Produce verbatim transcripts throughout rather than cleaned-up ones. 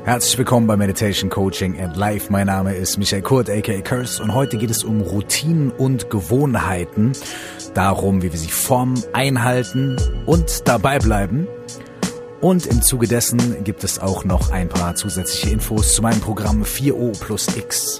Herzlich willkommen bei Meditation Coaching and Life. Mein Name ist Michael Kurt, aka Curse, und heute geht es um Routinen und Gewohnheiten, darum, wie wir sie formen, einhalten und dabei bleiben. Und im Zuge dessen gibt es auch noch ein paar zusätzliche Infos zu meinem Programm vier O plus X.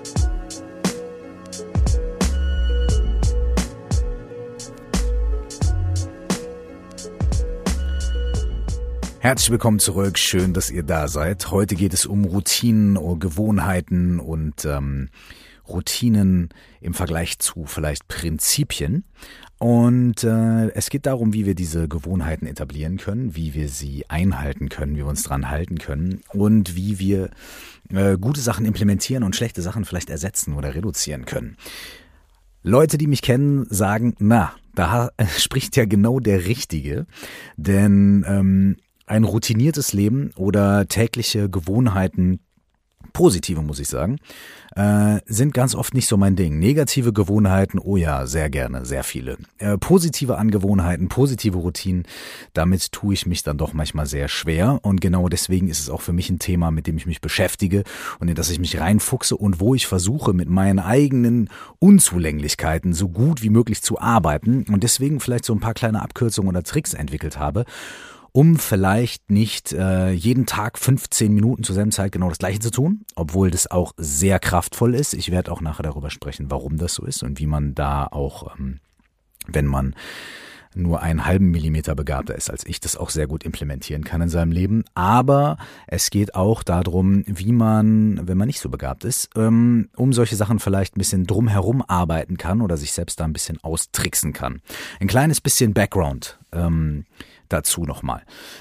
Herzlich willkommen zurück, schön, dass ihr da seid. Heute geht es um Routinen, um Gewohnheiten und ähm, Routinen im Vergleich zu vielleicht Prinzipien. Und äh, es geht darum, wie wir diese Gewohnheiten etablieren können, wie wir sie einhalten können, wie wir uns dran halten können und wie wir äh, gute Sachen implementieren und schlechte Sachen vielleicht ersetzen oder reduzieren können. Leute, die mich kennen, sagen, na, da spricht ja genau der Richtige, denn ähm, ein routiniertes Leben oder tägliche Gewohnheiten, positive muss ich sagen, äh, sind ganz oft nicht so mein Ding. Negative Gewohnheiten, oh ja, sehr gerne, sehr viele. Äh, positive Angewohnheiten, positive Routinen, damit tue ich mich dann doch manchmal sehr schwer. Und genau deswegen ist es auch für mich ein Thema, mit dem ich mich beschäftige und in das ich mich reinfuchse und wo ich versuche, mit meinen eigenen Unzulänglichkeiten so gut wie möglich zu arbeiten und deswegen vielleicht so ein paar kleine Abkürzungen oder Tricks entwickelt habe, um vielleicht nicht äh, jeden Tag fünfzehn Minuten zur selben Zeit genau das Gleiche zu tun, obwohl das auch sehr kraftvoll ist. Ich werde auch nachher darüber sprechen, warum das so ist und wie man da auch, ähm, wenn man nur einen halben Millimeter begabter ist als ich, das auch sehr gut implementieren kann in seinem Leben. Aber es geht auch darum, wie man, wenn man nicht so begabt ist, ähm, um solche Sachen vielleicht ein bisschen drumherum arbeiten kann oder sich selbst da ein bisschen austricksen kann. Ein kleines bisschen Background ähm, dazu nochmal.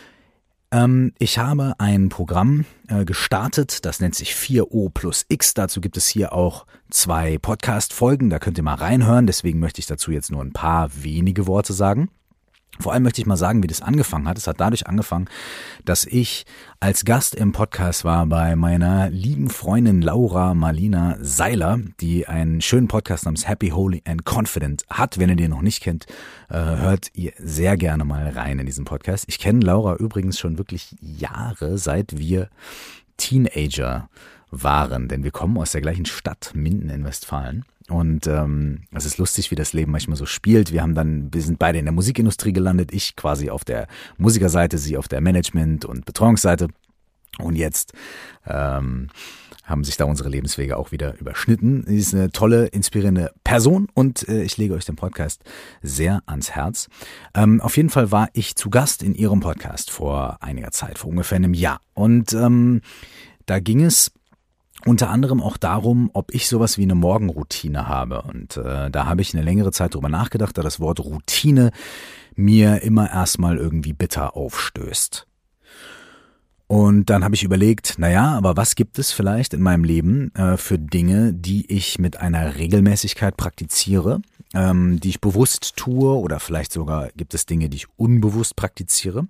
Ähm, ich habe ein Programm äh, gestartet, das nennt sich vier O plus X. Dazu gibt es hier auch zwei Podcast-Folgen, da könnt ihr mal reinhören. Deswegen möchte ich dazu jetzt nur ein paar wenige Worte sagen. Vor allem möchte ich mal sagen, wie das angefangen hat. Es hat dadurch angefangen, dass ich als Gast im Podcast war bei meiner lieben Freundin Laura Marlina Seiler, die einen schönen Podcast namens Happy, Holy and Confident hat. Wenn ihr den noch nicht kennt, hört ihr sehr gerne mal rein in diesen Podcast. Ich kenne Laura übrigens schon wirklich Jahre, seit wir Teenager waren, denn wir kommen aus der gleichen Stadt, Minden in Westfalen. Und ähm, es ist lustig, wie das Leben manchmal so spielt. Wir haben dann, wir sind beide in der Musikindustrie gelandet, ich quasi auf der Musikerseite, sie auf der Management- und Betreuungsseite. Und jetzt ähm, haben sich da unsere Lebenswege auch wieder überschnitten. Sie ist eine tolle, inspirierende Person und äh, ich lege euch den Podcast sehr ans Herz. Ähm, auf jeden Fall war ich zu Gast in ihrem Podcast vor einiger Zeit, vor ungefähr einem Jahr. Und ähm, da ging es unter anderem auch darum, ob ich sowas wie eine Morgenroutine habe. Und äh, da habe ich eine längere Zeit drüber nachgedacht, da das Wort Routine mir immer erstmal irgendwie bitter aufstößt. Und dann habe ich überlegt, naja, aber was gibt es vielleicht in meinem Leben äh, für Dinge, die ich mit einer Regelmäßigkeit praktiziere, ähm, die ich bewusst tue oder vielleicht sogar gibt es Dinge, die ich unbewusst praktiziere.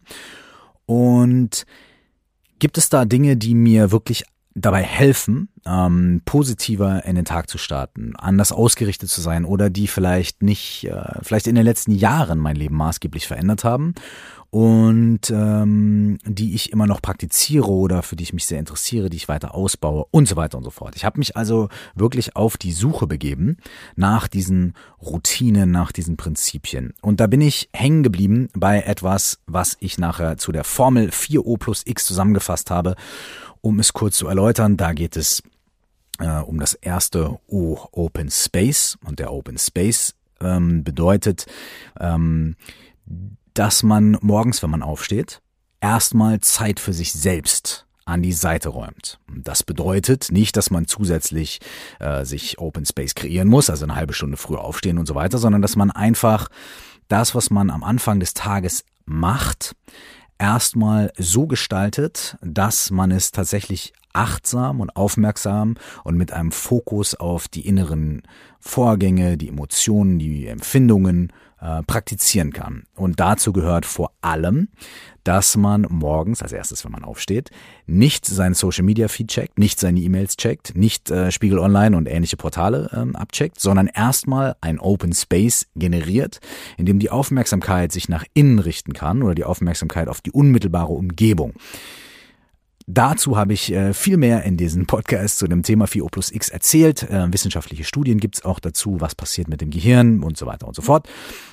Und gibt es da Dinge, die mir wirklich dabei helfen, ähm, positiver in den Tag zu starten, anders ausgerichtet zu sein oder die vielleicht nicht, äh, vielleicht in den letzten Jahren mein Leben maßgeblich verändert haben und ähm, die ich immer noch praktiziere oder für die ich mich sehr interessiere, die ich weiter ausbaue und so weiter und so fort. Ich habe mich also wirklich auf die Suche begeben nach diesen Routinen, nach diesen Prinzipien. Und da bin ich hängen geblieben bei etwas, was ich nachher zu der Formel vier O plus X zusammengefasst habe. Um es kurz zu erläutern, da geht es äh, um das erste O, Open Space. Und der Open Space ähm, bedeutet, ähm, dass man morgens, wenn man aufsteht, erstmal Zeit für sich selbst an die Seite räumt. Das bedeutet nicht, dass man zusätzlich äh, sich Open Space kreieren muss, also eine halbe Stunde früher aufstehen und so weiter, sondern dass man einfach das, was man am Anfang des Tages macht, erstmal so gestaltet, dass man es tatsächlich achtsam und aufmerksam und mit einem Fokus auf die inneren Vorgänge, die Emotionen, die Empfindungen äh, praktizieren kann. Und dazu gehört vor allem, dass man morgens, als erstes, wenn man aufsteht, nicht seinen Social-Media-Feed checkt, nicht seine E-Mails checkt, nicht äh, Spiegel Online und ähnliche Portale ähm, abcheckt, sondern erstmal ein Open Space generiert, in dem die Aufmerksamkeit sich nach innen richten kann oder die Aufmerksamkeit auf die unmittelbare Umgebung. Dazu habe ich äh, viel mehr in diesem Podcast zu dem Thema vier O plus X erzählt. Äh, wissenschaftliche Studien gibt es auch dazu, was passiert mit dem Gehirn und so weiter und so fort.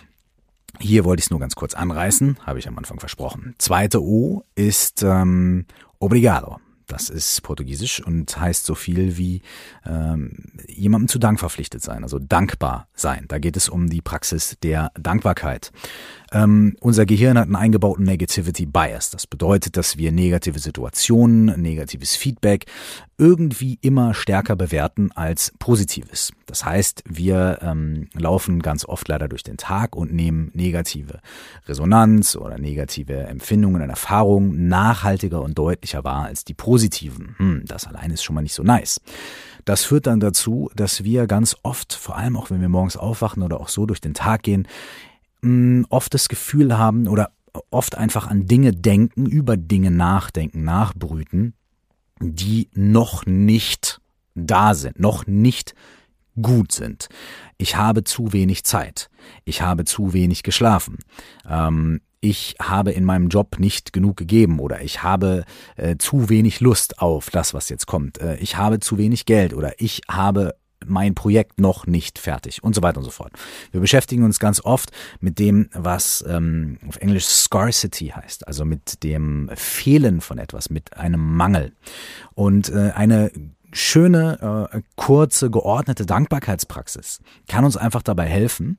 Hier wollte ich es nur ganz kurz anreißen, habe ich am Anfang versprochen. Zweite O ist ähm, Obrigado. Das ist Portugiesisch und heißt so viel wie ähm, jemandem zu Dank verpflichtet sein, also dankbar sein. Da geht es um die Praxis der Dankbarkeit. Ähm, unser Gehirn hat einen eingebauten Negativity Bias. Das bedeutet, dass wir negative Situationen, negatives Feedback irgendwie immer stärker bewerten als Positives. Das heißt, wir ähm, laufen ganz oft leider durch den Tag und nehmen negative Resonanz oder negative Empfindungen und Erfahrungen nachhaltiger und deutlicher wahr als die positiven. Hm, das allein ist schon mal nicht so nice. Das führt dann dazu, dass wir ganz oft, vor allem auch wenn wir morgens aufwachen oder auch so durch den Tag gehen, oft das Gefühl haben oder oft einfach an Dinge denken, über Dinge nachdenken, nachbrüten, die noch nicht da sind, noch nicht gut sind. Ich habe zu wenig Zeit. Ich habe zu wenig geschlafen. Ähm, ich habe in meinem Job nicht genug gegeben oder ich habe äh, zu wenig Lust auf das, was jetzt kommt. Äh, ich habe zu wenig Geld oder ich habe mein Projekt noch nicht fertig und so weiter und so fort. Wir beschäftigen uns ganz oft mit dem, was ähm, auf Englisch Scarcity heißt, also mit dem Fehlen von etwas, mit einem Mangel. Und äh, eine schöne, äh, kurze, geordnete Dankbarkeitspraxis kann uns einfach dabei helfen,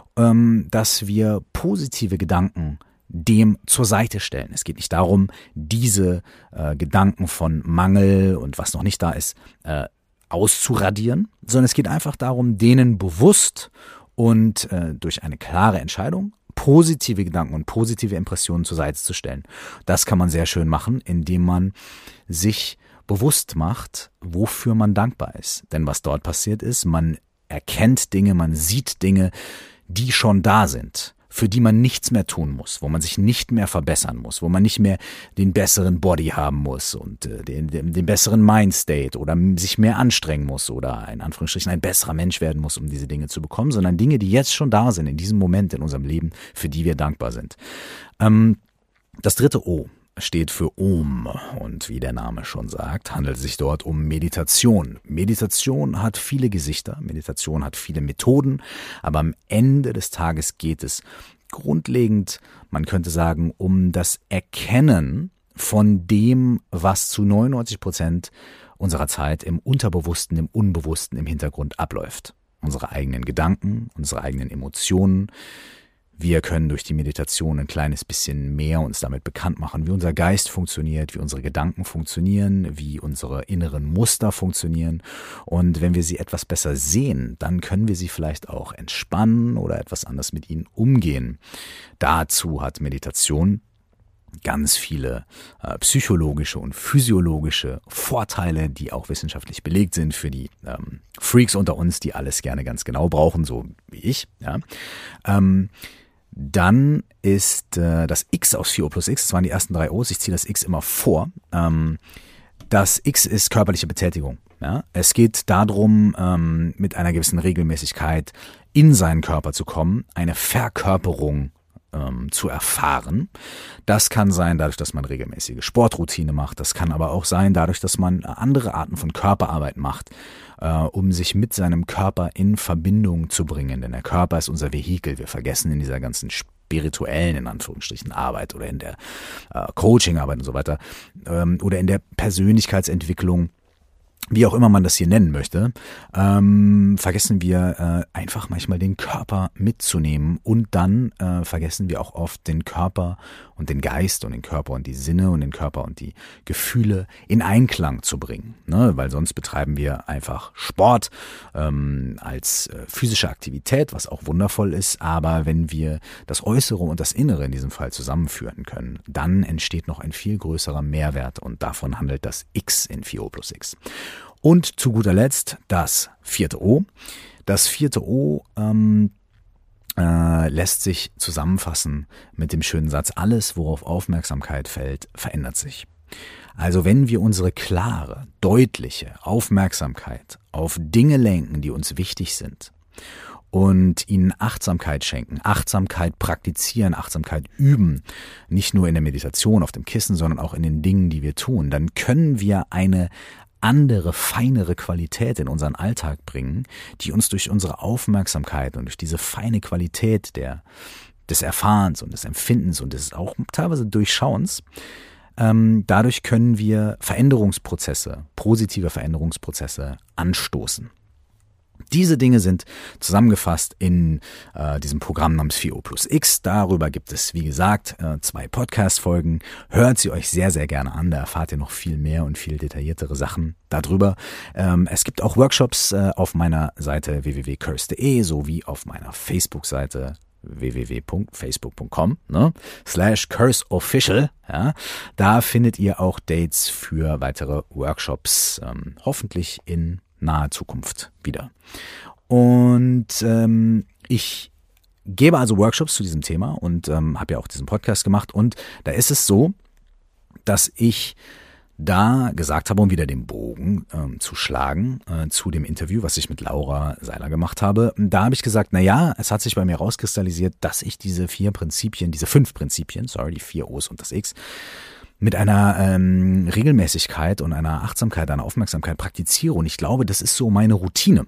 ähm, dass wir positive Gedanken dem zur Seite stellen. Es geht nicht darum, diese äh, Gedanken von Mangel und was noch nicht da ist, äh, auszuradieren, sondern es geht einfach darum, denen bewusst und äh, durch eine klare Entscheidung positive Gedanken und positive Impressionen zur Seite zu stellen. Das kann man sehr schön machen, indem man sich bewusst macht, wofür man dankbar ist. Denn was dort passiert ist, man erkennt Dinge, man sieht Dinge, die schon da sind, für die man nichts mehr tun muss, wo man sich nicht mehr verbessern muss, wo man nicht mehr den besseren Body haben muss und äh, den, den, den besseren Mindstate oder sich mehr anstrengen muss oder in Anführungsstrichen ein besserer Mensch werden muss, um diese Dinge zu bekommen, sondern Dinge, die jetzt schon da sind, in diesem Moment in unserem Leben, für die wir dankbar sind. Ähm, das dritte O steht für Om und wie der Name schon sagt, handelt es sich dort um Meditation. Meditation hat viele Gesichter, Meditation hat viele Methoden, aber am Ende des Tages geht es grundlegend, man könnte sagen, um das Erkennen von dem, was zu neunundneunzig Prozent unserer Zeit im Unterbewussten, im Unbewussten, im Hintergrund abläuft. Unsere eigenen Gedanken, unsere eigenen Emotionen. Wir können durch die Meditation ein kleines bisschen mehr uns damit bekannt machen, wie unser Geist funktioniert, wie unsere Gedanken funktionieren, wie unsere inneren Muster funktionieren. Und wenn wir sie etwas besser sehen, dann können wir sie vielleicht auch entspannen oder etwas anders mit ihnen umgehen. Dazu hat Meditation ganz viele äh, psychologische und physiologische Vorteile, die auch wissenschaftlich belegt sind für die ähm, Freaks unter uns, die alles gerne ganz genau brauchen, so wie ich. Ja. Ähm, Dann ist äh, das X aus vier O plus X, das waren die ersten drei O's, ich ziehe das X immer vor. Ähm, das X ist körperliche Betätigung. Ja? Es geht darum, ähm, mit einer gewissen Regelmäßigkeit in seinen Körper zu kommen, eine Verkörperung ähm, zu erfahren. Das kann sein dadurch, dass man regelmäßige Sportroutine macht. Das kann aber auch sein dadurch, dass man andere Arten von Körperarbeit macht, äh, um sich mit seinem Körper in Verbindung zu bringen. Denn der Körper ist unser Vehikel. Wir vergessen in dieser ganzen spirituellen, in Anführungsstrichen, Arbeit oder in der äh, Coachingarbeit und so weiter ähm, oder in der Persönlichkeitsentwicklung, wie auch immer man das hier nennen möchte, ähm, vergessen wir äh, einfach manchmal den Körper mitzunehmen und dann äh, vergessen wir auch oft den Körper und den Geist und den Körper und die Sinne und den Körper und die Gefühle in Einklang zu bringen, ne? Weil sonst betreiben wir einfach Sport ähm, als äh, physische Aktivität, was auch wundervoll ist, aber wenn wir das Äußere und das Innere in diesem Fall zusammenführen können, dann entsteht noch ein viel größerer Mehrwert und davon handelt das X in vier O plus X. Und zu guter Letzt das vierte O. Das vierte O ähm, äh, lässt sich zusammenfassen mit dem schönen Satz: Alles, worauf Aufmerksamkeit fällt, verändert sich. Also wenn wir unsere klare, deutliche Aufmerksamkeit auf Dinge lenken, die uns wichtig sind und ihnen Achtsamkeit schenken, Achtsamkeit praktizieren, Achtsamkeit üben, nicht nur in der Meditation auf dem Kissen, sondern auch in den Dingen, die wir tun, dann können wir eine andere, feinere Qualität in unseren Alltag bringen, die uns durch unsere Aufmerksamkeit und durch diese feine Qualität der, des Erfahrens und des Empfindens und des auch teilweise Durchschauens, ähm, dadurch können wir Veränderungsprozesse, positive Veränderungsprozesse anstoßen. Diese Dinge sind zusammengefasst in äh, diesem Programm namens vier O plus X. Darüber gibt es, wie gesagt, äh, zwei Podcast-Folgen. Hört sie euch sehr, sehr gerne an. Da erfahrt ihr noch viel mehr und viel detailliertere Sachen darüber. Ähm, es gibt auch Workshops äh, auf meiner Seite w w w punkt curse punkt de sowie auf meiner Facebook-Seite w w w punkt facebook punkt com ne, slash curseofficial. Ja, da findet ihr auch Dates für weitere Workshops, ähm, hoffentlich in nahe Zukunft wieder. Und ähm, ich gebe also Workshops zu diesem Thema und ähm, habe ja auch diesen Podcast gemacht. Und da ist es so, dass ich da gesagt habe, um wieder den Bogen ähm, zu schlagen äh, zu dem Interview, was ich mit Laura Seiler gemacht habe. Da habe ich gesagt, na ja, es hat sich bei mir rauskristallisiert, dass ich diese vier Prinzipien, diese fünf Prinzipien, sorry, die vier O's und das X, mit einer ähm, Regelmäßigkeit und einer Achtsamkeit, einer Aufmerksamkeit praktiziere. Und ich glaube, das ist so meine Routine.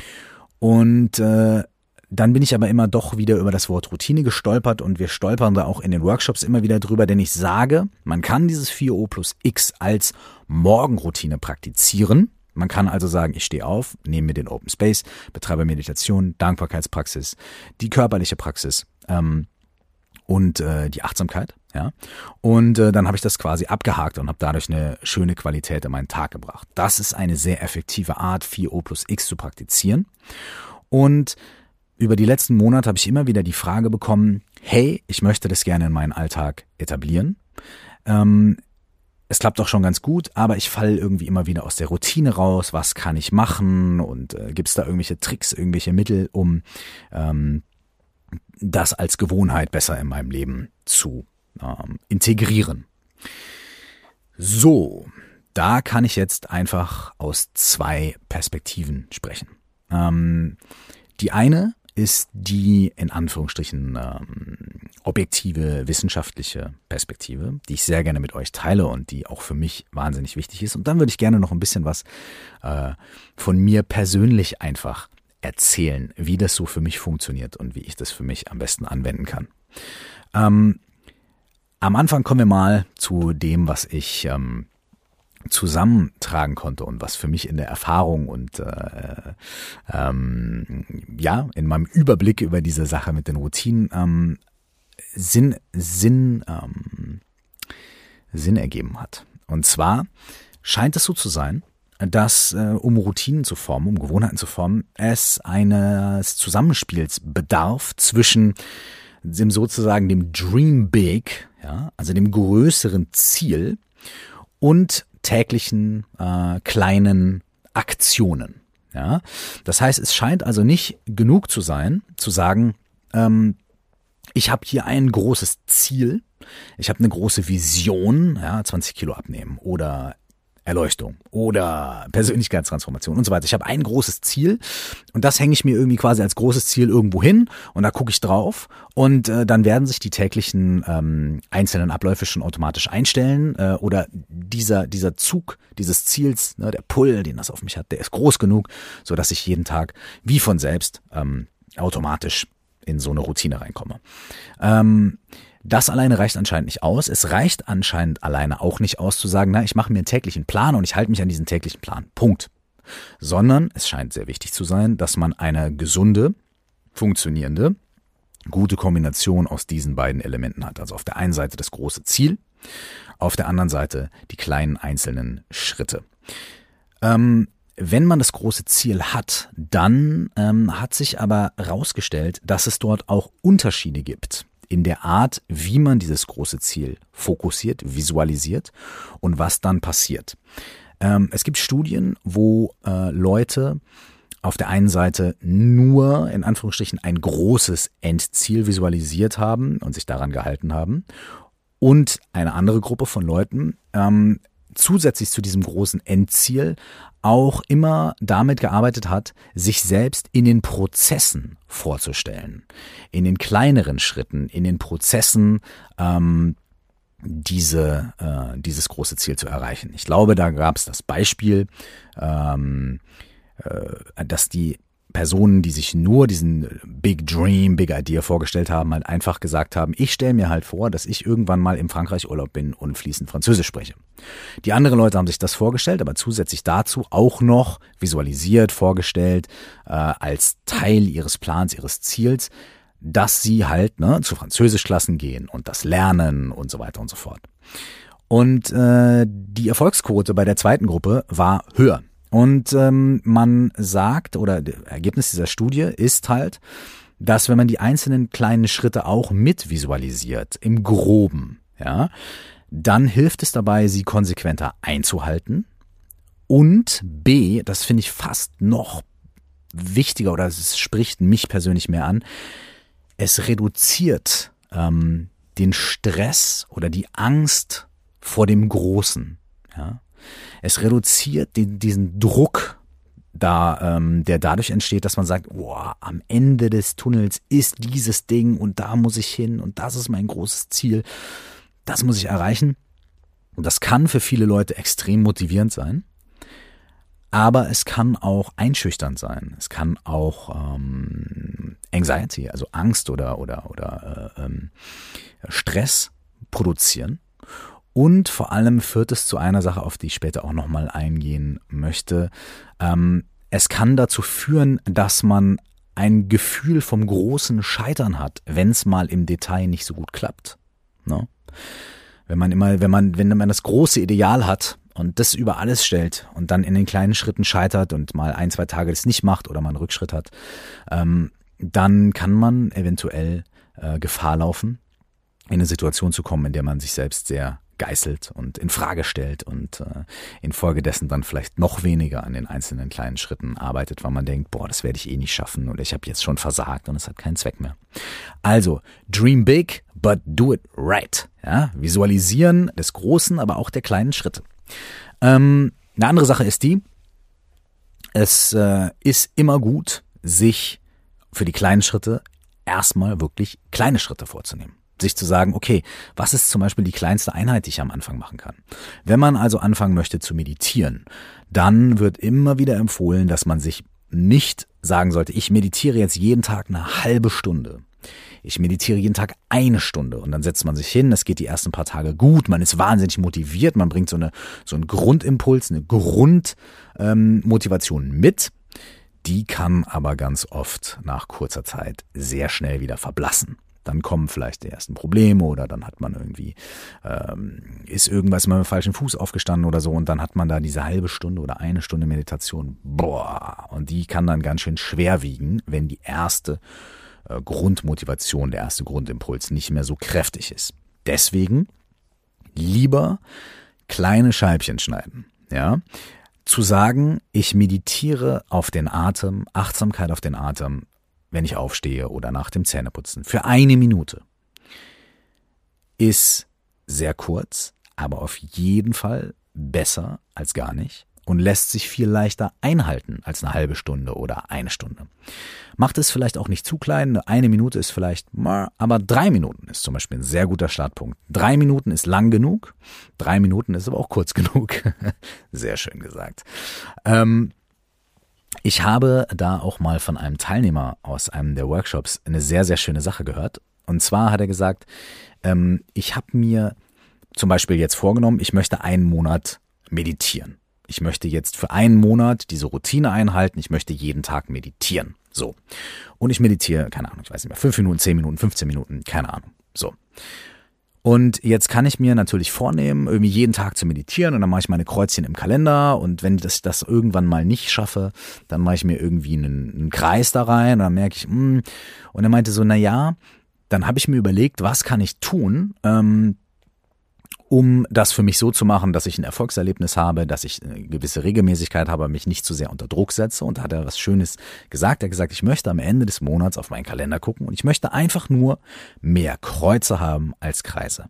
Und äh, dann bin ich aber immer doch wieder über das Wort Routine gestolpert und wir stolpern da auch in den Workshops immer wieder drüber, denn ich sage, man kann dieses vier O plus X als Morgenroutine praktizieren. Man kann also sagen, ich stehe auf, nehme mir den Open Space, betreibe Meditation, Dankbarkeitspraxis, die körperliche Praxis, ähm, und äh, die Achtsamkeit, ja. Und äh, dann habe ich das quasi abgehakt und habe dadurch eine schöne Qualität in meinen Tag gebracht. Das ist eine sehr effektive Art, vier O plus X zu praktizieren. Und über die letzten Monate habe ich immer wieder die Frage bekommen, hey, ich möchte das gerne in meinen Alltag etablieren. Ähm, es klappt auch schon ganz gut, aber ich falle irgendwie immer wieder aus der Routine raus. Was kann ich machen? Und äh, gibt es da irgendwelche Tricks, irgendwelche Mittel, um ähm, das als Gewohnheit besser in meinem Leben zu ähm, integrieren. So, da kann ich jetzt einfach aus zwei Perspektiven sprechen. Ähm, die eine ist die in Anführungsstrichen ähm, objektive wissenschaftliche Perspektive, die ich sehr gerne mit euch teile und die auch für mich wahnsinnig wichtig ist. Und dann würde ich gerne noch ein bisschen was äh, von mir persönlich einfach erzählen, wie das so für mich funktioniert und wie ich das für mich am besten anwenden kann. Ähm, am Anfang kommen wir mal zu dem, was ich ähm, zusammentragen konnte und was für mich in der Erfahrung und äh, ähm, ja, in meinem Überblick über diese Sache mit den Routinen ähm, Sinn, Sinn, ähm, Sinn ergeben hat. Und zwar scheint es so zu sein, dass, äh, um Routinen zu formen, um Gewohnheiten zu formen, es eines Zusammenspiels bedarf zwischen dem sozusagen dem Dream Big, ja, also dem größeren Ziel und täglichen äh, kleinen Aktionen. Ja. Das heißt, es scheint also nicht genug zu sein, zu sagen, ähm, ich habe hier ein großes Ziel, ich habe eine große Vision, ja, zwanzig Kilo abnehmen oder Erleuchtung oder Persönlichkeitstransformation und so weiter. Ich habe ein großes Ziel und das hänge ich mir irgendwie quasi als großes Ziel irgendwo hin und da gucke ich drauf und äh, dann werden sich die täglichen ähm, einzelnen Abläufe schon automatisch einstellen äh, oder dieser dieser Zug dieses Ziels, ne, der Pull, den das auf mich hat, der ist groß genug, sodass ich jeden Tag wie von selbst ähm, automatisch in so eine Routine reinkomme. Ähm, Das alleine reicht anscheinend nicht aus. Es reicht anscheinend alleine auch nicht aus zu sagen, na, ich mache mir einen täglichen Plan und ich halte mich an diesen täglichen Plan. Punkt. Sondern es scheint sehr wichtig zu sein, dass man eine gesunde, funktionierende, gute Kombination aus diesen beiden Elementen hat. Also auf der einen Seite das große Ziel, auf der anderen Seite die kleinen einzelnen Schritte. Ähm, Wenn man das große Ziel hat, dann ähm, hat sich aber herausgestellt, dass es dort auch Unterschiede gibt in der Art, wie man dieses große Ziel fokussiert, visualisiert und was dann passiert. Ähm, es gibt Studien, wo äh, Leute auf der einen Seite nur in Anführungsstrichen ein großes Endziel visualisiert haben und sich daran gehalten haben und eine andere Gruppe von Leuten, ähm, zusätzlich zu diesem großen Endziel auch immer damit gearbeitet hat, sich selbst in den Prozessen vorzustellen, in den kleineren Schritten, in den Prozessen ähm, diese äh, dieses große Ziel zu erreichen. Ich glaube, da gab es das Beispiel, ähm, äh, dass die Personen, die sich nur diesen Big Dream, Big Idea vorgestellt haben, halt einfach gesagt haben, ich stelle mir halt vor, dass ich irgendwann mal im Frankreich Urlaub bin und fließend Französisch spreche. Die anderen Leute haben sich das vorgestellt, aber zusätzlich dazu auch noch visualisiert, vorgestellt, äh, als Teil ihres Plans, ihres Ziels, dass sie halt ne, zu Französischklassen gehen und das lernen und so weiter und so fort. Und äh, die Erfolgsquote bei der zweiten Gruppe war höher. Und ähm, man sagt, oder das Ergebnis dieser Studie ist halt, dass wenn man die einzelnen kleinen Schritte auch mit visualisiert, im Groben, ja, dann hilft es dabei, sie konsequenter einzuhalten. Und B, das finde ich fast noch wichtiger, oder es spricht mich persönlich mehr an, es reduziert ähm, den Stress oder die Angst vor dem Großen, ja. Es reduziert den, diesen Druck, da, ähm, der dadurch entsteht, dass man sagt, boah, am Ende des Tunnels ist dieses Ding und da muss ich hin und das ist mein großes Ziel, das muss ich erreichen. Und das kann für viele Leute extrem motivierend sein, aber es kann auch einschüchternd sein. Es kann auch ähm, Anxiety, also Angst oder, oder, oder äh, ähm, Stress produzieren. Und vor allem führt es zu einer Sache, auf die ich später auch nochmal eingehen möchte. Ähm, es kann dazu führen, dass man ein Gefühl vom großen Scheitern hat, wenn es mal im Detail nicht so gut klappt. No? Wenn man immer, wenn man, wenn man das große Ideal hat und das über alles stellt und dann in den kleinen Schritten scheitert und mal ein, zwei Tage das nicht macht oder mal einen Rückschritt hat, ähm, dann kann man eventuell äh, Gefahr laufen, in eine Situation zu kommen, in der man sich selbst sehr geißelt und in Frage stellt und äh, infolgedessen dann vielleicht noch weniger an den einzelnen kleinen Schritten arbeitet, weil man denkt, boah, das werde ich eh nicht schaffen oder ich habe jetzt schon versagt und es hat keinen Zweck mehr. Also, dream big, but do it right. Ja, visualisieren des großen, aber auch der kleinen Schritte. Ähm, eine andere Sache ist die, es äh, ist immer gut, sich für die kleinen Schritte erstmal wirklich kleine Schritte vorzunehmen. Sich zu sagen, okay, was ist zum Beispiel die kleinste Einheit, die ich am Anfang machen kann? Wenn man also anfangen möchte zu meditieren, dann wird immer wieder empfohlen, dass man sich nicht sagen sollte, ich meditiere jetzt jeden Tag eine halbe Stunde. Ich meditiere jeden Tag eine Stunde und dann setzt man sich hin, es geht die ersten paar Tage gut, man ist wahnsinnig motiviert, man bringt so eine so einen Grundimpuls, eine Grundmotivation ähm, mit. Die kann aber ganz oft nach kurzer Zeit sehr schnell wieder verblassen. Dann kommen vielleicht die ersten Probleme oder dann hat man irgendwie, ähm, ist irgendwas mal mit dem falschen Fuß aufgestanden oder so und dann hat man da diese halbe Stunde oder eine Stunde Meditation. Boah, und die kann dann ganz schön schwer wiegen, wenn die erste äh, Grundmotivation, der erste Grundimpuls nicht mehr so kräftig ist. Deswegen lieber kleine Scheibchen schneiden, ja. Zu sagen, ich meditiere auf den Atem, Achtsamkeit auf den Atem, wenn ich aufstehe oder nach dem Zähneputzen, für eine Minute, ist sehr kurz, aber auf jeden Fall besser als gar nicht und lässt sich viel leichter einhalten als eine halbe Stunde oder eine Stunde. Macht es vielleicht auch nicht zu klein, eine Minute ist vielleicht, aber drei Minuten ist zum Beispiel ein sehr guter Startpunkt. Drei Minuten ist lang genug, drei Minuten ist aber auch kurz genug. Sehr schön gesagt. Ähm, Ich habe da auch mal von einem Teilnehmer aus einem der Workshops eine sehr, sehr schöne Sache gehört. Und zwar hat er gesagt, ähm, ich habe mir zum Beispiel jetzt vorgenommen, ich möchte einen Monat meditieren. Ich möchte jetzt für einen Monat diese Routine einhalten. Ich möchte jeden Tag meditieren. So. Und ich meditiere, keine Ahnung, ich weiß nicht mehr, fünf Minuten, zehn Minuten, fünfzehn Minuten, keine Ahnung. So. Und jetzt kann ich mir natürlich vornehmen, irgendwie jeden Tag zu meditieren und dann mache ich meine Kreuzchen im Kalender und wenn ich das, das irgendwann mal nicht schaffe, dann mache ich mir irgendwie einen, einen Kreis da rein und dann merke ich, mh. Und er meinte so, na ja, dann habe ich mir überlegt, was kann ich tun, ähm, um das für mich so zu machen, dass ich ein Erfolgserlebnis habe, dass ich eine gewisse Regelmäßigkeit habe, mich nicht zu sehr unter Druck setze. Und da hat er was Schönes gesagt. Er hat gesagt, ich möchte am Ende des Monats auf meinen Kalender gucken und ich möchte einfach nur mehr Kreuze haben als Kreise.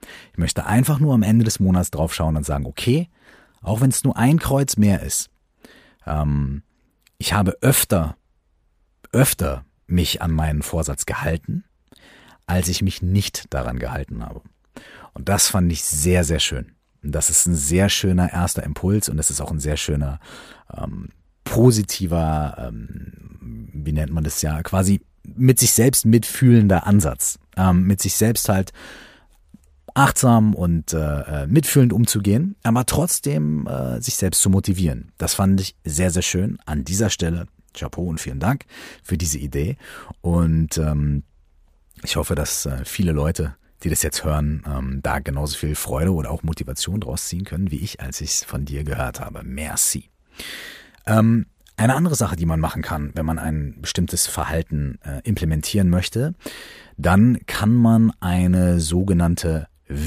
Ich möchte einfach nur am Ende des Monats drauf schauen und sagen, okay, auch wenn es nur ein Kreuz mehr ist, ähm, ich habe öfter, öfter mich an meinen Vorsatz gehalten, als ich mich nicht daran gehalten habe. Und das fand ich sehr, sehr schön. Und das ist ein sehr schöner erster Impuls und das ist auch ein sehr schöner, ähm, positiver, ähm, wie nennt man das ja, quasi mit sich selbst mitfühlender Ansatz. Ähm, mit sich selbst halt achtsam und äh, mitfühlend umzugehen, aber trotzdem äh, sich selbst zu motivieren. Das fand ich sehr, sehr schön. An dieser Stelle Chapeau und vielen Dank für diese Idee. Und ähm, ich hoffe, dass äh, viele Leute, die das jetzt hören, ähm, da genauso viel Freude oder auch Motivation draus ziehen können, wie ich, als ich es von dir gehört habe. Merci. Ähm, eine andere Sache, die man machen kann, wenn man ein bestimmtes Verhalten äh, implementieren möchte, dann kann man eine sogenannte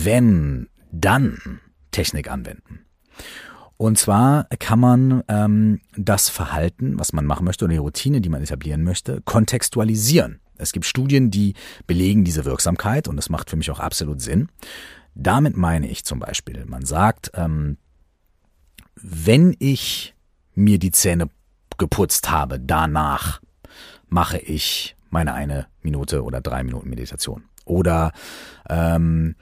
Wenn-Dann-Technik anwenden. Und zwar kann man ähm, das Verhalten, was man machen möchte oder die Routine, die man etablieren möchte, kontextualisieren. Es gibt Studien, die belegen diese Wirksamkeit und das macht für mich auch absolut Sinn. Damit meine ich zum Beispiel, man sagt, ähm, wenn ich mir die Zähne geputzt habe, danach mache ich meine eine Minute oder drei Minuten Meditation. Oder ähm,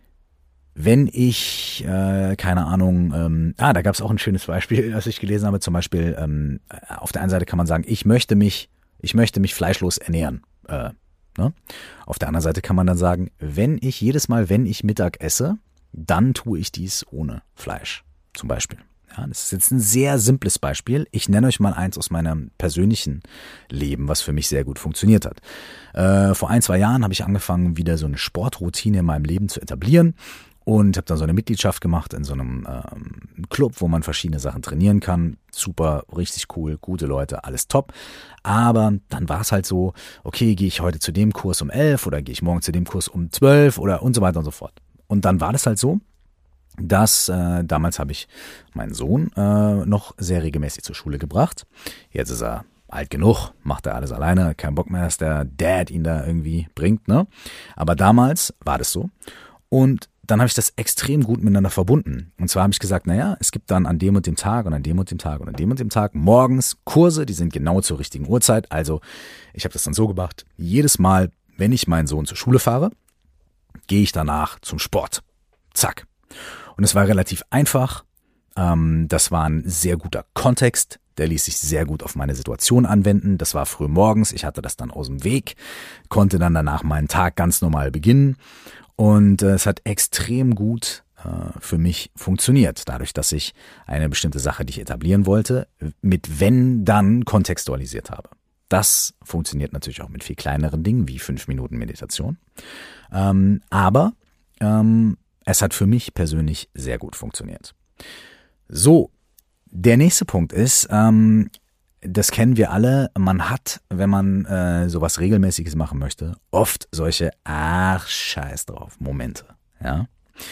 wenn ich, äh, keine Ahnung, ähm, ah, da gab es auch ein schönes Beispiel, das ich gelesen habe, zum Beispiel, ähm, auf der einen Seite kann man sagen, ich möchte mich, ich möchte mich fleischlos ernähren. Äh, ne? Auf der anderen Seite kann man dann sagen, wenn ich jedes Mal, wenn ich Mittag esse, dann tue ich dies ohne Fleisch, zum Beispiel. Ja, das ist jetzt ein sehr simples Beispiel. Ich nenne euch mal eins aus meinem persönlichen Leben, was für mich sehr gut funktioniert hat. Äh, vor ein, zwei Jahren habe ich angefangen, wieder so eine Sportroutine in meinem Leben zu etablieren und habe dann so eine Mitgliedschaft gemacht in so einem ähm, Club, wo man verschiedene Sachen trainieren kann. Super, richtig cool, gute Leute, alles top. Aber dann war es halt so, okay, gehe ich heute zu dem Kurs um elf oder gehe ich morgen zu dem Kurs um zwölf oder und so weiter und so fort. Und dann war das halt so, dass äh, damals habe ich meinen Sohn äh, noch sehr regelmäßig zur Schule gebracht. Jetzt ist er alt genug, macht er alles alleine, kein Bock mehr, dass der Dad ihn da irgendwie bringt, ne? Aber damals war das so. Und dann habe ich das extrem gut miteinander verbunden. Und zwar habe ich gesagt, naja, es gibt dann an dem und dem Tag und an dem und dem Tag und an dem und dem Tag morgens Kurse, die sind genau zur richtigen Uhrzeit. Also ich habe das dann so gemacht, jedes Mal, wenn ich meinen Sohn zur Schule fahre, gehe ich danach zum Sport. Zack. Und es war relativ einfach. Ähm, das war ein sehr guter Kontext. Der ließ sich sehr gut auf meine Situation anwenden. Das war früh morgens. Ich hatte das dann aus dem Weg, konnte dann danach meinen Tag ganz normal beginnen. Und äh, es hat extrem gut äh, für mich funktioniert, dadurch, dass ich eine bestimmte Sache, die ich etablieren wollte, mit wenn dann kontextualisiert habe. Das funktioniert natürlich auch mit viel kleineren Dingen wie fünf Minuten Meditation. Ähm, aber ähm, es hat für mich persönlich sehr gut funktioniert. So, der nächste Punkt ist, ähm, das kennen wir alle, man hat, wenn man äh, sowas Regelmäßiges machen möchte, oft solche ach, scheiß drauf Momente. Ja.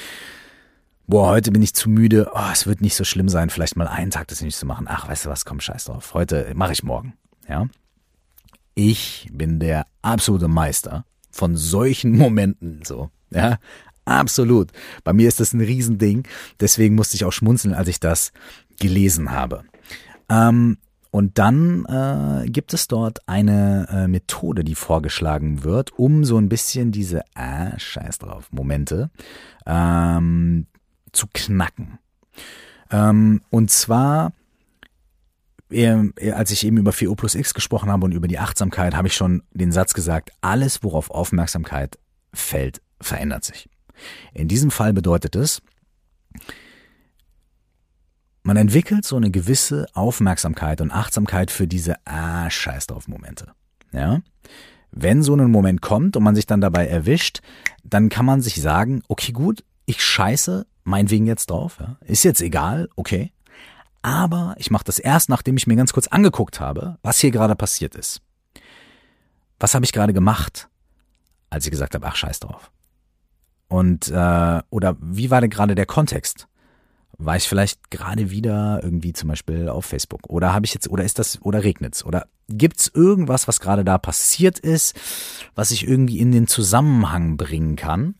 Boah, heute bin ich zu müde, oh, es wird nicht so schlimm sein, vielleicht mal einen Tag das nicht zu machen. Ach, weißt du was, komm, scheiß drauf, heute mache ich morgen. Ja. Ich bin der absolute Meister von solchen Momenten, so, ja. Absolut. Bei mir ist das ein Riesending. Deswegen musste ich auch schmunzeln, als ich das gelesen habe. Ähm, und dann äh, gibt es dort eine äh, Methode, die vorgeschlagen wird, um so ein bisschen diese ah, scheiß drauf Momente ähm, zu knacken. Ähm, und zwar, äh, als ich eben über vier O plus X gesprochen habe und über die Achtsamkeit, habe ich schon den Satz gesagt, alles, worauf Aufmerksamkeit fällt, verändert sich. In diesem Fall bedeutet es, man entwickelt so eine gewisse Aufmerksamkeit und Achtsamkeit für diese ah, scheiß drauf Momente. Ja? Wenn so ein Moment kommt und man sich dann dabei erwischt, dann kann man sich sagen, okay gut, ich scheiße meinetwegen jetzt drauf, ja? Ist jetzt egal, okay, aber ich mache das erst, nachdem ich mir ganz kurz angeguckt habe, was hier gerade passiert ist. Was habe ich gerade gemacht, als ich gesagt habe, ach scheiß drauf. Und, äh, oder wie war denn gerade der Kontext? War ich vielleicht gerade wieder irgendwie zum Beispiel auf Facebook? Oder habe ich jetzt, oder ist das, oder regnet's? Oder gibt's irgendwas, was gerade da passiert ist, was ich irgendwie in den Zusammenhang bringen kann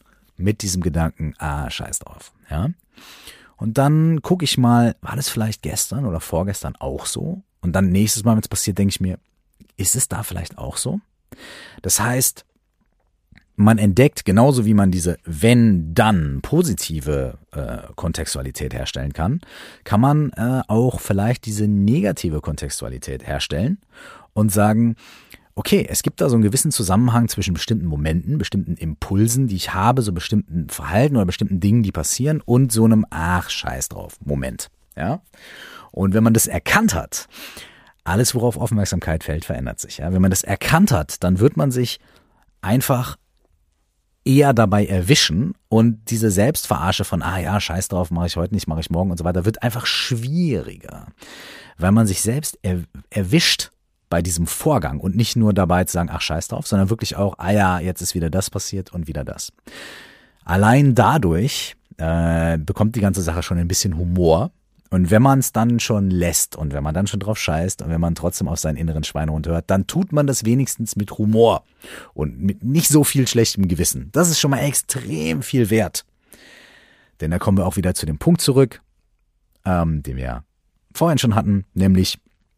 mit diesem Gedanken, ah, scheiß drauf, ja. Und dann gucke ich mal, war das vielleicht gestern oder vorgestern auch so? Und dann nächstes Mal, wenn es passiert, denke ich mir, ist es da vielleicht auch so? Das heißt, man entdeckt, genauso wie man diese wenn-dann positive äh, Kontextualität herstellen kann, kann man äh, auch vielleicht diese negative Kontextualität herstellen und sagen, okay, es gibt da so einen gewissen Zusammenhang zwischen bestimmten Momenten, bestimmten Impulsen, die ich habe, so bestimmten Verhalten oder bestimmten Dingen, die passieren und so einem ach, scheiß drauf, Moment. Ja? Und wenn man das erkannt hat, alles, worauf Aufmerksamkeit fällt, verändert sich. Ja? Wenn man das erkannt hat, dann wird man sich einfach eher dabei erwischen und diese Selbstverarsche von, ah ja, scheiß drauf, mache ich heute nicht, mache ich morgen und so weiter, wird einfach schwieriger, weil man sich selbst er, erwischt bei diesem Vorgang und nicht nur dabei zu sagen, ach scheiß drauf, sondern wirklich auch, ah ja, jetzt ist wieder das passiert und wieder das. Allein dadurch äh, bekommt die ganze Sache schon ein bisschen Humor. Und wenn man es dann schon lässt und wenn man dann schon drauf scheißt und wenn man trotzdem auf seinen inneren Schweinehund hört, dann tut man das wenigstens mit Humor und mit nicht so viel schlechtem Gewissen. Das ist schon mal extrem viel wert. Denn da kommen wir auch wieder zu dem Punkt zurück, ähm, den wir vorhin schon hatten, nämlich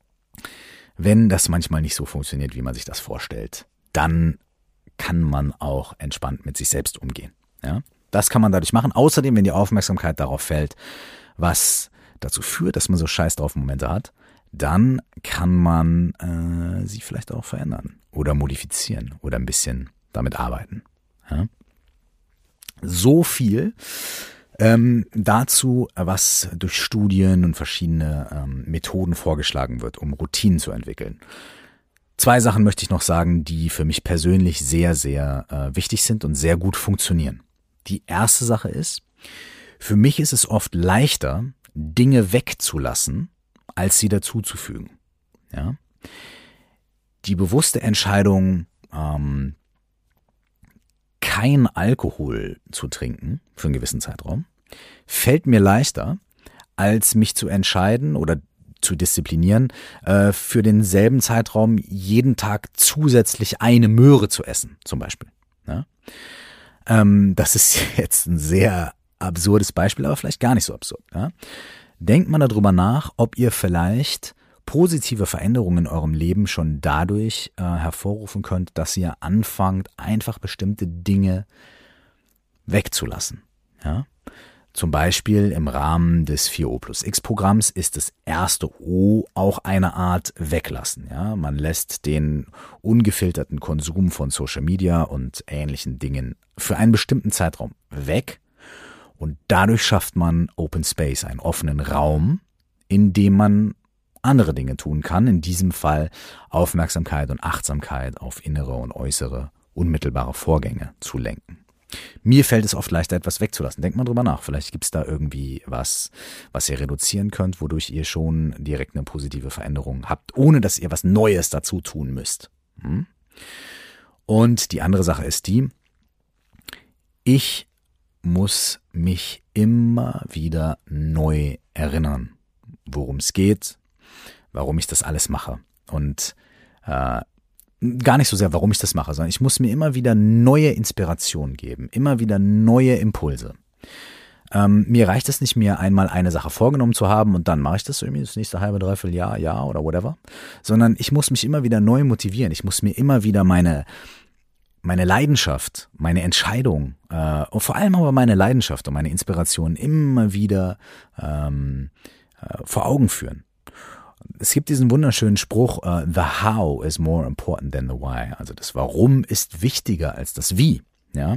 wenn das manchmal nicht so funktioniert, wie man sich das vorstellt, dann kann man auch entspannt mit sich selbst umgehen. Ja? Das kann man dadurch machen. Außerdem, wenn die Aufmerksamkeit darauf fällt, was dazu führt, dass man so scheiß drauf Momente hat, dann kann man äh, sie vielleicht auch verändern oder modifizieren oder ein bisschen damit arbeiten. Ja? So viel ähm, dazu, was durch Studien und verschiedene ähm, Methoden vorgeschlagen wird, um Routinen zu entwickeln. Zwei Sachen möchte ich noch sagen, die für mich persönlich sehr, sehr äh, wichtig sind und sehr gut funktionieren. Die erste Sache ist, für mich ist es oft leichter, Dinge wegzulassen, als sie dazuzufügen. Ja? Die bewusste Entscheidung, ähm, kein Alkohol zu trinken für einen gewissen Zeitraum, fällt mir leichter, als mich zu entscheiden oder zu disziplinieren, äh, für denselben Zeitraum jeden Tag zusätzlich eine Möhre zu essen, zum Beispiel. Ja? Ähm, das ist jetzt ein sehr absurdes Beispiel, aber vielleicht gar nicht so absurd. Ja? Denkt mal darüber nach, ob ihr vielleicht positive Veränderungen in eurem Leben schon dadurch äh, hervorrufen könnt, dass ihr anfangt, einfach bestimmte Dinge wegzulassen. Ja? Zum Beispiel im Rahmen des vier O plus X Programms ist das erste O auch eine Art Weglassen. Ja? Man lässt den ungefilterten Konsum von Social Media und ähnlichen Dingen für einen bestimmten Zeitraum weg. Und dadurch schafft man Open Space, einen offenen Raum, in dem man andere Dinge tun kann, in diesem Fall Aufmerksamkeit und Achtsamkeit auf innere und äußere, unmittelbare Vorgänge zu lenken. Mir fällt es oft leichter, etwas wegzulassen. Denkt mal drüber nach. Vielleicht gibt es da irgendwie was, was ihr reduzieren könnt, wodurch ihr schon direkt eine positive Veränderung habt, ohne dass ihr was Neues dazu tun müsst. Hm? Und die andere Sache ist die, ich muss mich immer wieder neu erinnern, worum es geht, warum ich das alles mache. Und äh, gar nicht so sehr, warum ich das mache, sondern ich muss mir immer wieder neue Inspiration geben, immer wieder neue Impulse. Ähm, mir reicht es nicht mehr, einmal eine Sache vorgenommen zu haben und dann mache ich das irgendwie das nächste halbe, dreiviertel Jahr, Jahr oder whatever, sondern ich muss mich immer wieder neu motivieren. Ich muss mir immer wieder meine meine Leidenschaft, meine Entscheidung äh, und vor allem aber meine Leidenschaft und meine Inspiration immer wieder ähm, äh, vor Augen führen. Es gibt diesen wunderschönen Spruch, uh, the how is more important than the why. Also das Warum ist wichtiger als das Wie. Ja?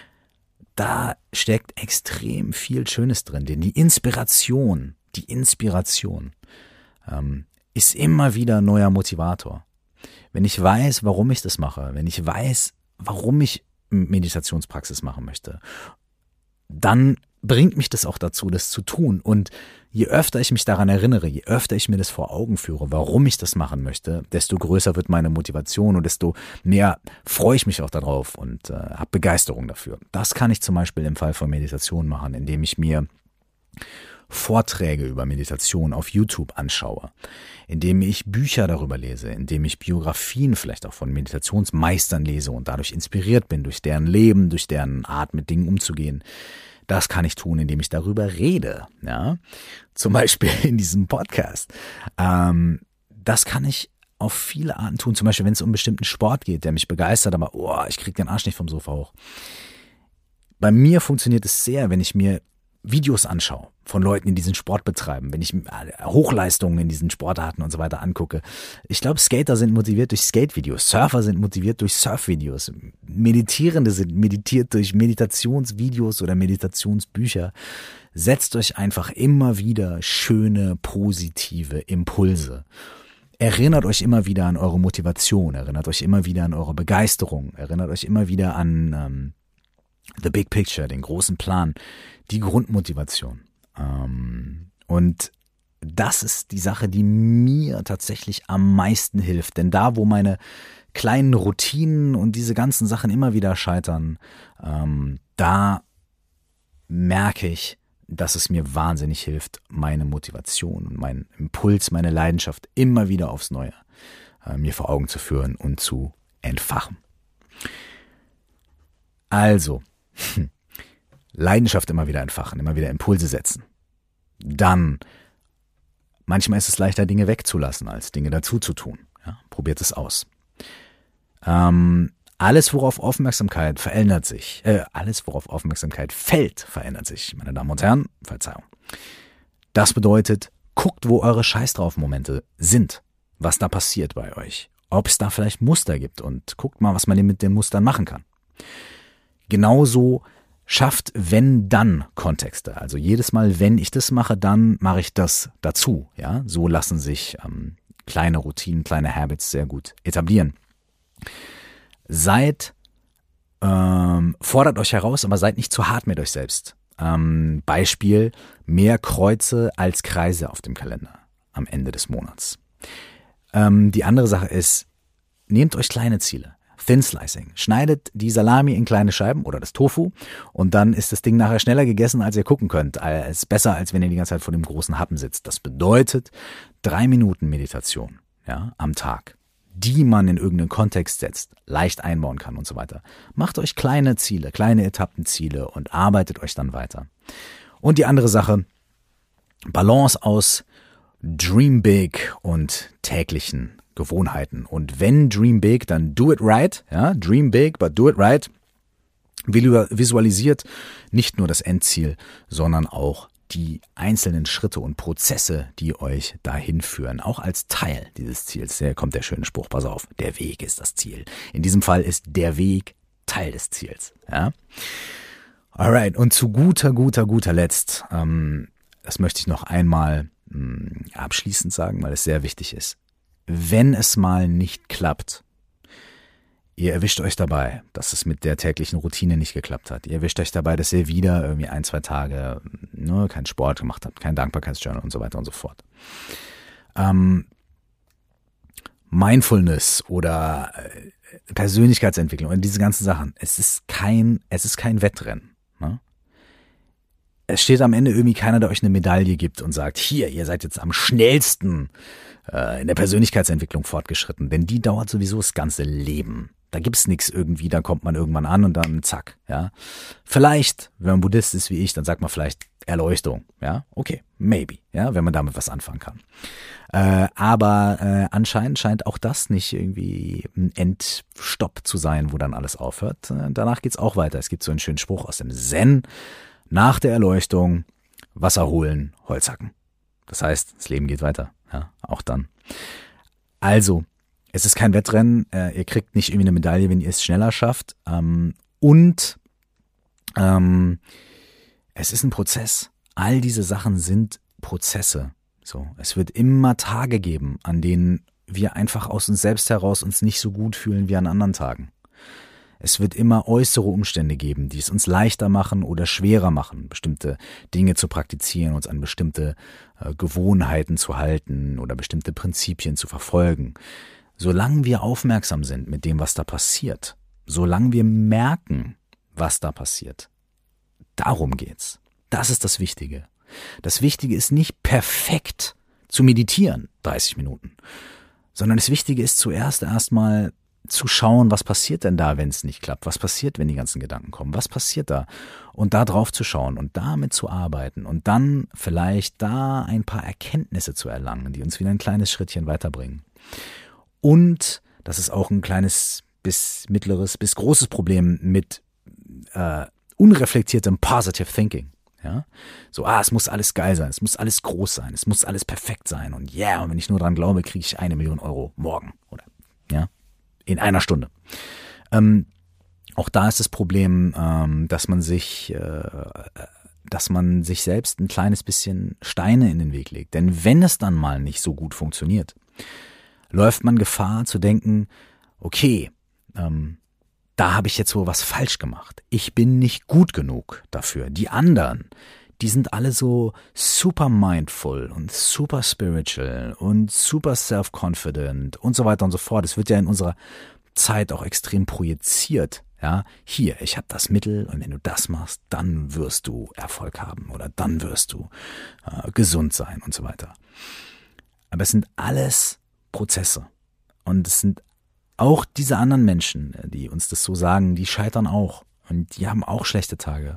Da steckt extrem viel Schönes drin, denn die Inspiration, die Inspiration ähm, ist immer wieder ein neuer Motivator. Wenn ich weiß, warum ich das mache, wenn ich weiß, warum ich Meditationspraxis machen möchte, dann bringt mich das auch dazu, das zu tun. Und je öfter ich mich daran erinnere, je öfter ich mir das vor Augen führe, warum ich das machen möchte, desto größer wird meine Motivation und desto mehr freue ich mich auch darauf und äh, habe Begeisterung dafür. Das kann ich zum Beispiel im Fall von Meditation machen, indem ich mir Vorträge über Meditation auf YouTube anschaue, indem ich Bücher darüber lese, indem ich Biografien vielleicht auch von Meditationsmeistern lese und dadurch inspiriert bin, durch deren Leben, durch deren Art mit Dingen umzugehen. Das kann ich tun, indem ich darüber rede, ja, zum Beispiel in diesem Podcast. Ähm, das kann ich auf viele Arten tun, zum Beispiel wenn es um einen bestimmten Sport geht, der mich begeistert, aber oh, ich kriege den Arsch nicht vom Sofa hoch. Bei mir funktioniert es sehr, wenn ich mir Videos anschaue von Leuten, die diesen Sport betreiben, wenn ich Hochleistungen in diesen Sportarten und so weiter angucke. Ich glaube, Skater sind motiviert durch Skate-Videos, Surfer sind motiviert durch Surf-Videos, Meditierende sind meditiert durch Meditationsvideos oder Meditationsbücher. Setzt euch einfach immer wieder schöne, positive Impulse. Erinnert euch immer wieder an eure Motivation, erinnert euch immer wieder an eure Begeisterung, erinnert euch immer wieder an ähm, the big picture, den großen Plan, die Grundmotivation. Ähm, und das ist die Sache, die mir tatsächlich am meisten hilft. Denn da, wo meine kleinen Routinen und diese ganzen Sachen immer wieder scheitern, ähm, da merke ich, dass es mir wahnsinnig hilft, meine Motivation und meinen Impuls, meine Leidenschaft immer wieder aufs Neue äh, mir vor Augen zu führen und zu entfachen. Also, hm, Leidenschaft immer wieder entfachen, immer wieder Impulse setzen. Dann, manchmal ist es leichter, Dinge wegzulassen, als Dinge dazu zu tun. Ja, probiert es aus. Ähm, alles, worauf Aufmerksamkeit verändert sich, äh, alles, worauf Aufmerksamkeit fällt, verändert sich, meine Damen und Herren, Verzeihung. Das bedeutet, guckt, wo eure Scheiß-drauf-Momente sind, was da passiert bei euch, ob es da vielleicht Muster gibt und guckt mal, was man mit den Mustern machen kann. Genauso schafft Wenn-Dann-Kontexte. Also jedes Mal, wenn ich das mache, dann mache ich das dazu. Ja, so lassen sich ähm, kleine Routinen, kleine Habits sehr gut etablieren. Seid, ähm, fordert euch heraus, aber seid nicht zu hart mit euch selbst. Ähm, Beispiel, mehr Kreuze als Kreise auf dem Kalender am Ende des Monats. Ähm, die andere Sache ist, nehmt euch kleine Ziele. Thin Slicing. Schneidet die Salami in kleine Scheiben oder das Tofu und dann ist das Ding nachher schneller gegessen, als ihr gucken könnt. Es ist besser, als wenn ihr die ganze Zeit vor dem großen Happen sitzt. Das bedeutet drei Minuten Meditation, ja, am Tag, die man in irgendeinen Kontext setzt, leicht einbauen kann und so weiter. Macht euch kleine Ziele, kleine Etappenziele und arbeitet euch dann weiter. Und die andere Sache, Balance aus Dream Big und täglichen Gewohnheiten. Und wenn Dream Big, dann do it right. Ja, Dream Big, but do it right. Visualisiert nicht nur das Endziel, sondern auch die einzelnen Schritte und Prozesse, die euch dahin führen. Auch als Teil dieses Ziels. Hier kommt der schöne Spruch, pass auf, der Weg ist das Ziel. In diesem Fall ist der Weg Teil des Ziels. Ja? Alright, und zu guter, guter, guter Letzt, ähm, das möchte ich noch einmal mh, abschließend sagen, weil es sehr wichtig ist. Wenn es mal nicht klappt, ihr erwischt euch dabei, dass es mit der täglichen Routine nicht geklappt hat. Ihr erwischt euch dabei, dass ihr wieder irgendwie ein, zwei Tage ne, keinen Sport gemacht habt, kein Dankbarkeitsjournal und so weiter und so fort. Ähm, Mindfulness oder Persönlichkeitsentwicklung und diese ganzen Sachen. Es ist kein, es ist kein Wettrennen. Ne? Es steht am Ende irgendwie keiner, der euch eine Medaille gibt und sagt, hier, ihr seid jetzt am schnellsten äh, in der Persönlichkeitsentwicklung fortgeschritten, denn die dauert sowieso das ganze Leben. Da gibt's nichts irgendwie, da kommt man irgendwann an und dann zack, ja. Vielleicht, wenn man Buddhist ist wie ich, dann sagt man vielleicht Erleuchtung, ja. Okay, maybe, ja, wenn man damit was anfangen kann. Äh, aber äh, anscheinend scheint auch das nicht irgendwie ein Endstopp zu sein, wo dann alles aufhört. Äh, danach geht's auch weiter. Es gibt so einen schönen Spruch aus dem Zen: Nach der Erleuchtung Wasser holen, Holz hacken. Das heißt, das Leben geht weiter, ja, auch dann. Also, es ist kein Wettrennen, äh, ihr kriegt nicht irgendwie eine Medaille, wenn ihr es schneller schafft. Ähm, und ähm, es ist ein Prozess. All diese Sachen sind Prozesse. So, es wird immer Tage geben, an denen wir einfach aus uns selbst heraus uns nicht so gut fühlen wie an anderen Tagen. Es wird immer äußere Umstände geben, die es uns leichter machen oder schwerer machen, bestimmte Dinge zu praktizieren, uns an bestimmte äh, Gewohnheiten zu halten oder bestimmte Prinzipien zu verfolgen. Solange wir aufmerksam sind mit dem, was da passiert, solange wir merken, was da passiert, darum geht's. Das ist das Wichtige. Das Wichtige ist nicht perfekt zu meditieren, dreißig Minuten, sondern das Wichtige ist zuerst erstmal zu schauen, was passiert denn da, wenn es nicht klappt? Was passiert, wenn die ganzen Gedanken kommen? Was passiert da? Und da drauf zu schauen und damit zu arbeiten und dann vielleicht da ein paar Erkenntnisse zu erlangen, die uns wieder ein kleines Schrittchen weiterbringen. Und das ist auch ein kleines bis mittleres bis großes Problem mit äh, unreflektiertem Positive Thinking. Ja, so, ah, es muss alles geil sein, es muss alles groß sein, es muss alles perfekt sein und ja, yeah, und wenn ich nur dran glaube, kriege ich eine Million Euro morgen oder ja, in einer Stunde. Ähm, auch da ist das Problem, ähm, dass man sich, äh, dass man sich selbst ein kleines bisschen Steine in den Weg legt. Denn wenn es dann mal nicht so gut funktioniert, läuft man Gefahr zu denken, okay, ähm, da habe ich jetzt wohl was falsch gemacht. Ich bin nicht gut genug dafür. Die anderen, die sind alle so super mindful und super spiritual und super self-confident und so weiter und so fort. Es wird ja in unserer Zeit auch extrem projiziert. Ja, hier, ich habe das Mittel und wenn du das machst, dann wirst du Erfolg haben oder dann wirst du äh, gesund sein und so weiter. Aber es sind alles Prozesse und es sind auch diese anderen Menschen, die uns das so sagen, die scheitern auch und die haben auch schlechte Tage.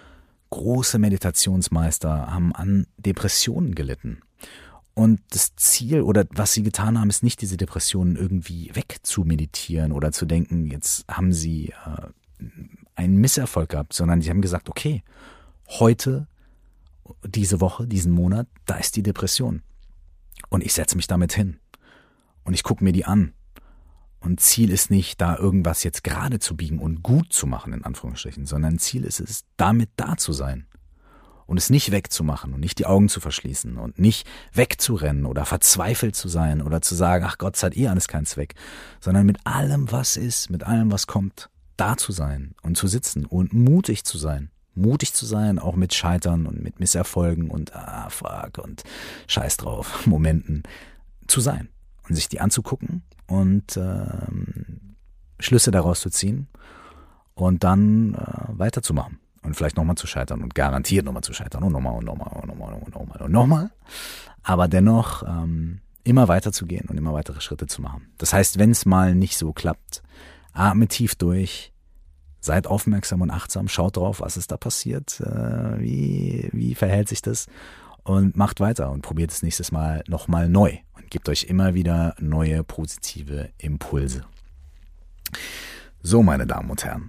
Große Meditationsmeister haben an Depressionen gelitten. Und das Ziel oder was sie getan haben, ist nicht, diese Depressionen irgendwie wegzumeditieren oder zu denken, jetzt haben sie äh, einen Misserfolg gehabt, sondern sie haben gesagt, okay, heute, diese Woche, diesen Monat, da ist die Depression. Und ich setze mich damit hin. Und ich gucke mir die an. Und Ziel ist nicht, da irgendwas jetzt gerade zu biegen und gut zu machen, in Anführungsstrichen, sondern Ziel ist es, damit da zu sein und es nicht wegzumachen und nicht die Augen zu verschließen und nicht wegzurennen oder verzweifelt zu sein oder zu sagen, ach Gott, es hat eh alles keinen Zweck, sondern mit allem, was ist, mit allem, was kommt, da zu sein und zu sitzen und mutig zu sein. Mutig zu sein, auch mit Scheitern und mit Misserfolgen und ah, fuck und Scheiß drauf, Momenten zu sein und sich die anzugucken und ähm, Schlüsse daraus zu ziehen und dann äh, weiterzumachen und vielleicht nochmal zu scheitern und garantiert nochmal zu scheitern und nochmal und nochmal und nochmal und nochmal und nochmal, aber dennoch ähm, immer weiter zu gehen und immer weitere Schritte zu machen. Das heißt, wenn es mal nicht so klappt, atme tief durch, seid aufmerksam und achtsam, schaut drauf, was ist da passiert, äh, wie, wie verhält sich das und macht weiter und probiert es nächstes Mal nochmal neu und gebt euch immer wieder neue positive Impulse. So, meine Damen und Herren,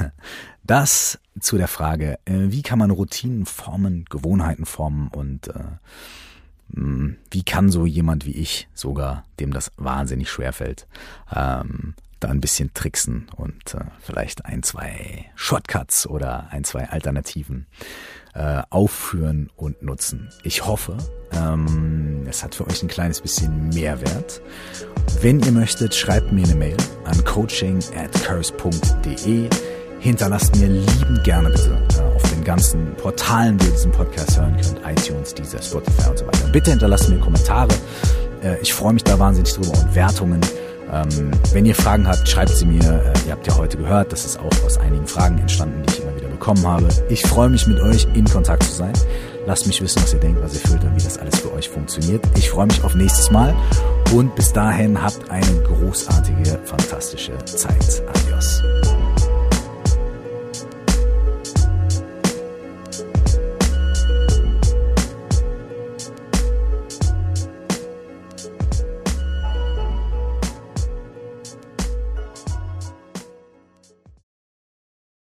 das zu der Frage, wie kann man Routinen formen, Gewohnheiten formen und äh, wie kann so jemand wie ich sogar, dem das wahnsinnig schwerfällt, ähm, da ein bisschen tricksen und äh, vielleicht ein, zwei Shortcuts oder ein, zwei Alternativen äh, aufführen und nutzen. Ich hoffe, ähm, es hat für euch ein kleines bisschen Mehrwert. Wenn ihr möchtet, schreibt mir eine Mail an coaching at curse punkt de. Hinterlasst mir liebend gerne bitte äh, auf den ganzen Portalen, wo ihr diesen Podcast hören könnt, iTunes, Deezer, Spotify und so weiter. Bitte hinterlasst mir Kommentare. Äh, ich freue mich da wahnsinnig drüber und Wertungen. Ähm, wenn ihr Fragen habt, schreibt sie mir. Äh, ihr habt ja heute gehört, das ist auch aus einigen Fragen entstanden, die ich immer wieder bekommen habe. Ich freue mich, mit euch in Kontakt zu sein. Lasst mich wissen, was ihr denkt, was ihr fühlt und wie das alles für euch funktioniert. Ich freue mich auf nächstes Mal und bis dahin habt eine großartige, fantastische Zeit. Adios.